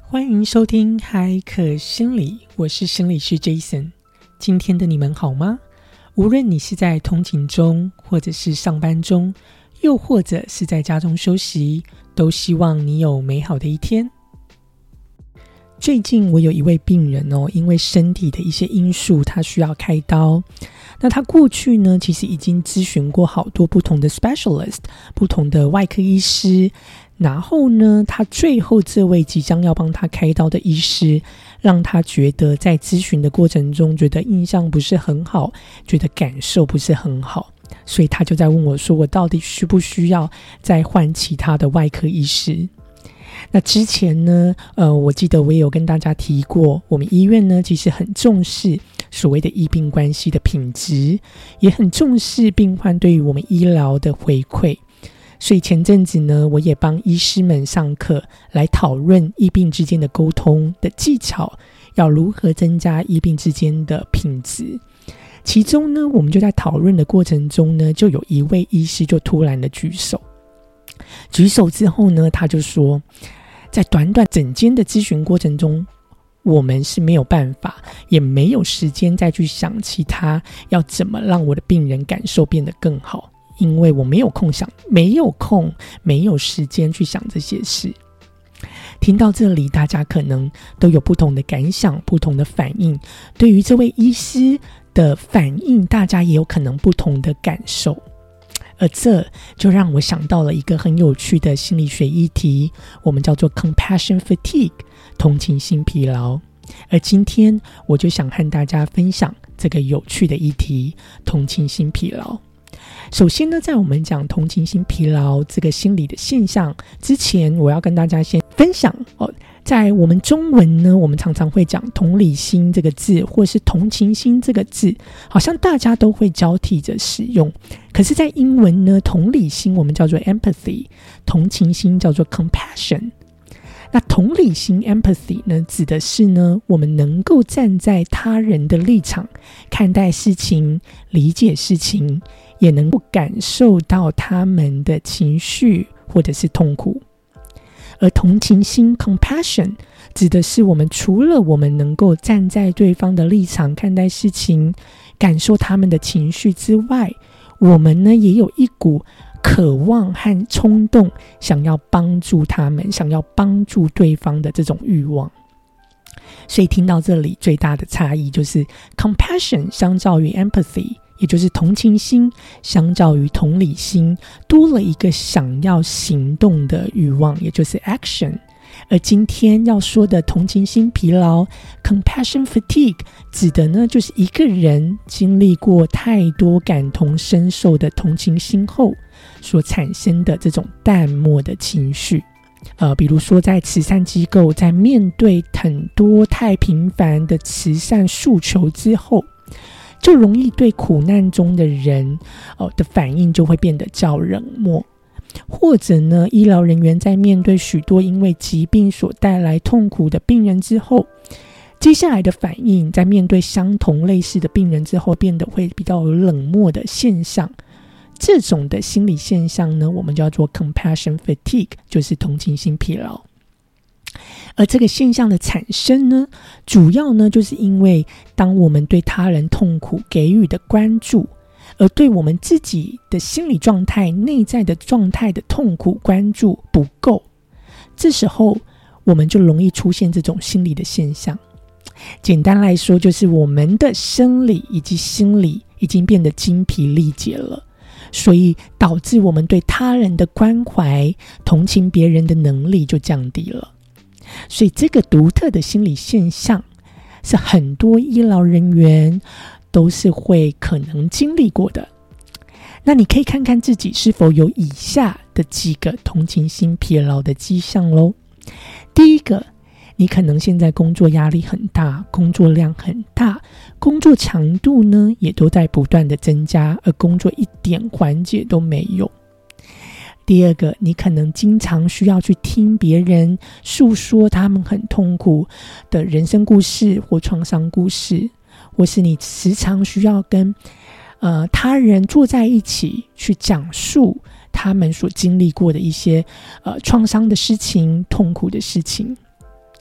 欢迎收听海可心理，我是心理师 Jason。 今天的你们好吗？无论你是在通勤中，或者是上班中，又或者是在家中休息，都希望你有美好的一天。最近我有一位病人因为身体的一些因素，他需要开刀。那他过去呢，其实已经咨询过好多不同的 specialist， 不同的外科医师。然后呢，他最后这位即将要帮他开刀的医师，让他觉得在咨询的过程中，觉得印象不是很好，觉得感受不是很好。所以他就在问我说，我到底需不需要再换其他的外科医师？那之前呢，我记得我也有跟大家提过，我们医院呢其实很重视所谓的医病关系的品质，也很重视病患对于我们医疗的回馈。所以前阵子呢，我也帮医师们上课来讨论医病之间的沟通的技巧，要如何增加医病之间的品质。其中呢，我们就在讨论的过程中呢，就有一位医师就突然的举手之后呢，他就说，在短短整间的咨询过程中，我们是没有办法，也没有时间再去想其他要怎么让我的病人感受变得更好，因为我没有空，没有时间去想这些事。听到这里，大家可能都有不同的感想，不同的反应。对于这位医师的反应，大家也有可能不同的感受。而这就让我想到了一个很有趣的心理学议题，我们叫做 compassion fatigue， 同情心疲劳。而今天我就想和大家分享这个有趣的议题，同情心疲劳。首先呢，在我们讲同情心疲劳这个心理的现象之前，我要跟大家先分享在我们中文呢，我们常常会讲同理心这个字，或是同情心这个字，好像大家都会交替着使用。可是在英文呢，同理心我们叫做 empathy， 同情心叫做 compassion。那同理心 empathy 呢，指的是呢，我们能够站在他人的立场看待事情，理解事情，也能够感受到他们的情绪或者是痛苦。而同情心 compassion 指的是我们除了我们能够站在对方的立场看待事情，感受他们的情绪之外，我们呢也有一股渴望和冲动，想要帮助他们，想要帮助对方的这种欲望。所以听到这里，最大的差异就是 compassion 相较于 empathy， 也就是同情心相较于同理心，多了一个想要行动的欲望，也就是 action。而今天要说的同情心疲劳 compassion fatigue 指的呢，就是一个人经历过太多感同身受的同情心后所产生的这种淡漠的情绪。比如说在慈善机构，在面对很多太频繁的慈善诉求之后，就容易对苦难中的人的反应就会变得较冷漠。或者呢，医疗人员在面对许多因为疾病所带来痛苦的病人之后，接下来的反应在面对相同类似的病人之后，变得会比较有冷漠的现象。这种的心理现象呢，我们叫做 compassion fatigue， 就是同情心疲劳。而这个现象的产生呢，主要呢就是因为当我们对他人痛苦给予的关注，而对我们自己的心理状态、内在的状态的痛苦关注不够，这时候我们就容易出现这种心理的现象。简单来说，就是我们的生理以及心理已经变得精疲力竭了，所以导致我们对他人的关怀、同情别人的能力就降低了。所以这个独特的心理现象是很多医疗人员都是会可能经历过的。那你可以看看自己是否有以下的几个同情心疲劳的迹象咯。第一个，你可能现在工作压力很大，工作量很大，工作强度呢也都在不断的增加，而工作一点缓解都没有。第二个，你可能经常需要去听别人诉说他们很痛苦的人生故事或创伤故事，或是你时常需要跟他人坐在一起去讲述他们所经历过的一些创伤的事情、痛苦的事情。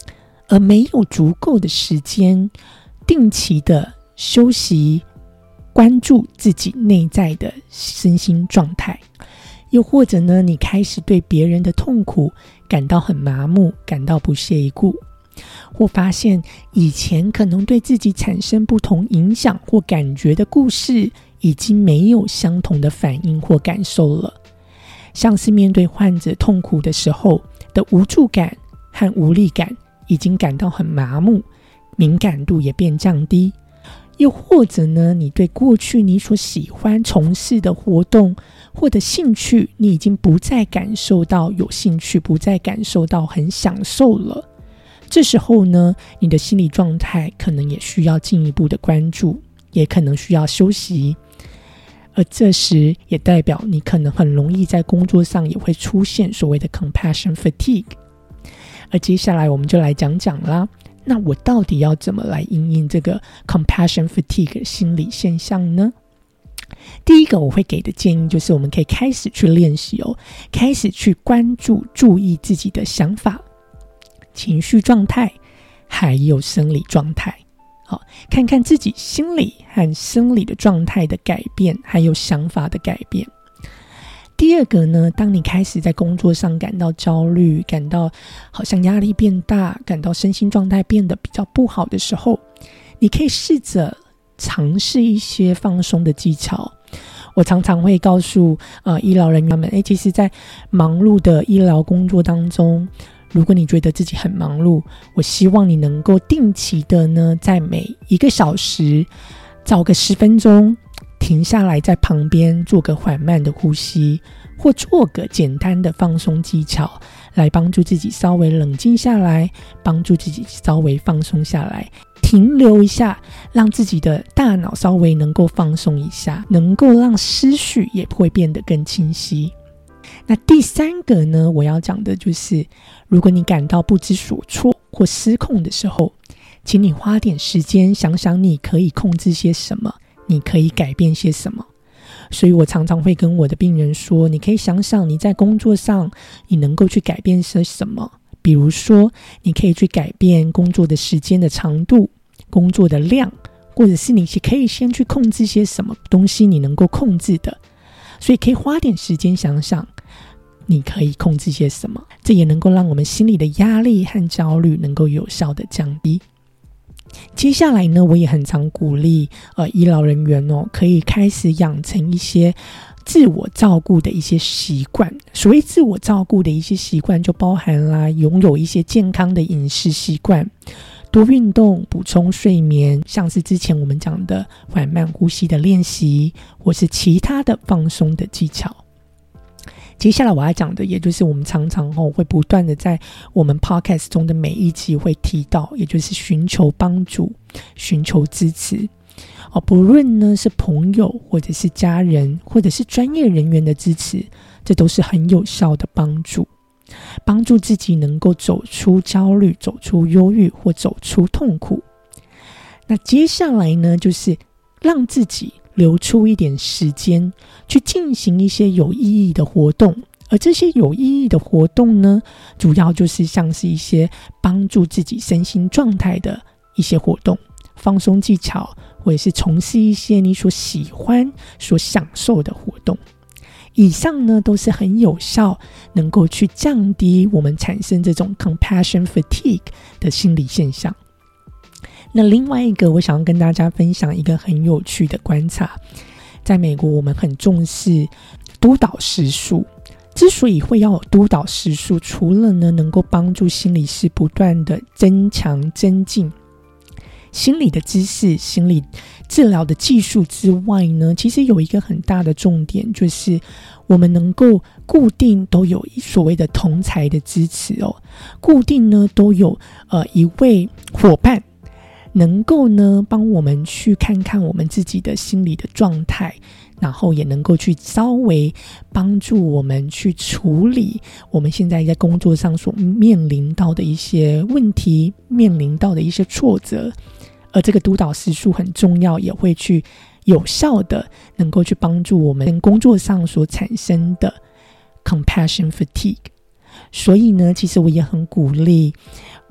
而没有足够的时间定期的休息，关注自己内在的身心状态。又或者呢，你开始对别人的痛苦感到很麻木，感到不屑一顾，或发现以前可能对自己产生不同影响或感觉的故事已经没有相同的反应或感受了，像是面对患者痛苦的时候的无助感和无力感已经感到很麻木，敏感度也变降低。又或者呢，你对过去你所喜欢从事的活动或者兴趣，你已经不再感受到有兴趣，不再感受到很享受了。这时候呢，你的心理状态可能也需要进一步的关注，也可能需要休息。而这时也代表你可能很容易在工作上也会出现所谓的 compassion fatigue。 而接下来我们就来讲讲啦，那我到底要怎么来因应这个 compassion fatigue 心理现象呢？第一个我会给的建议就是我们可以开始去练习开始去关注注意自己的想法、情绪状态还有生理状态，看看自己心理和生理的状态的改变，还有想法的改变。第二个呢，当你开始在工作上感到焦虑，感到好像压力变大，感到身心状态变得比较不好的时候，你可以试着尝试一些放松的技巧。我常常会告诉医疗人员们，其实在忙碌的医疗工作当中，如果你觉得自己很忙碌，我希望你能够定期的呢，在每1个小时找个10分钟停下来，在旁边做个缓慢的呼吸，或做个简单的放松技巧，来帮助自己稍微冷静下来，帮助自己稍微放松下来，停留一下，让自己的大脑稍微能够放松一下，能够让思绪也会变得更清晰。那第三个呢，我要讲的就是如果你感到不知所措或失控的时候，请你花点时间想想你可以控制些什么，你可以改变些什么。所以我常常会跟我的病人说，你可以想想你在工作上你能够去改变些什么。比如说你可以去改变工作的时间的长度、工作的量，或者是你可以先去控制些什么东西你能够控制的。所以可以花点时间想想你可以控制些什么，这也能够让我们心里的压力和焦虑能够有效的降低。接下来呢，我也很常鼓励医疗人员可以开始养成一些自我照顾的一些习惯。所谓自我照顾的一些习惯，就包含啦拥有一些健康的饮食习惯，多运动，补充睡眠，像是之前我们讲的缓慢呼吸的练习，或是其他的放松的技巧。接下来我要讲的，也就是我们常常会不断的在我们 podcast 中的每一集会提到，也就是寻求帮助，寻求支持。不论呢是朋友，或者是家人，或者是专业人员的支持，这都是很有效的帮助，帮助自己能够走出焦虑，走出忧郁，或走出痛苦。那接下来呢，就是让自己留出一点时间去进行一些有意义的活动。而这些有意义的活动呢，主要就是像是一些帮助自己身心状态的一些活动，放松技巧，或者是从事一些你所喜欢所享受的活动。以上呢都是很有效，能够去降低我们产生这种 compassion fatigue 的心理现象。那另外一个我想要跟大家分享一个很有趣的观察，在美国我们很重视督导时数。之所以会要有督导时数，除了呢能够帮助心理师不断的增强增进心理的知识、心理治疗的技术之外呢，其实有一个很大的重点，就是我们能够固定都有所谓的同侪的支持固定呢都有一位伙伴能够呢帮我们去看看我们自己的心理的状态，然后也能够去稍微帮助我们去处理我们现在在工作上所面临到的一些问题，面临到的一些挫折。而这个督导时数很重要，也会去有效的能够去帮助我们工作上所产生的 compassion fatigue。 所以呢，其实我也很鼓励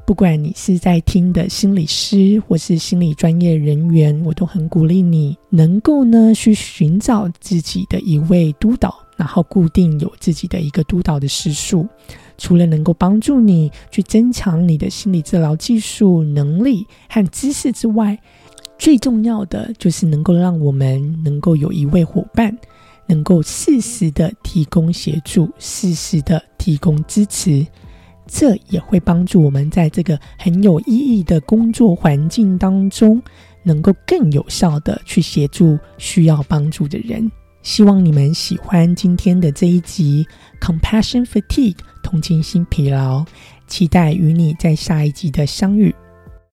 不管你是在听的心理师或是心理专业人员，我都很鼓励你能够呢去寻找自己的一位督导，然后固定有自己的一个督导的时数。除了能够帮助你去增强你的心理治疗技术能力和知识之外，最重要的就是能够让我们能够有一位伙伴，能够适时的提供协助，适时的提供支持。这也会帮助我们在这个很有意义的工作环境当中，能够更有效的去协助需要帮助的人。希望你们喜欢今天的这一集 Compassion Fatigue 同情心疲劳，期待与你在下一集的相遇。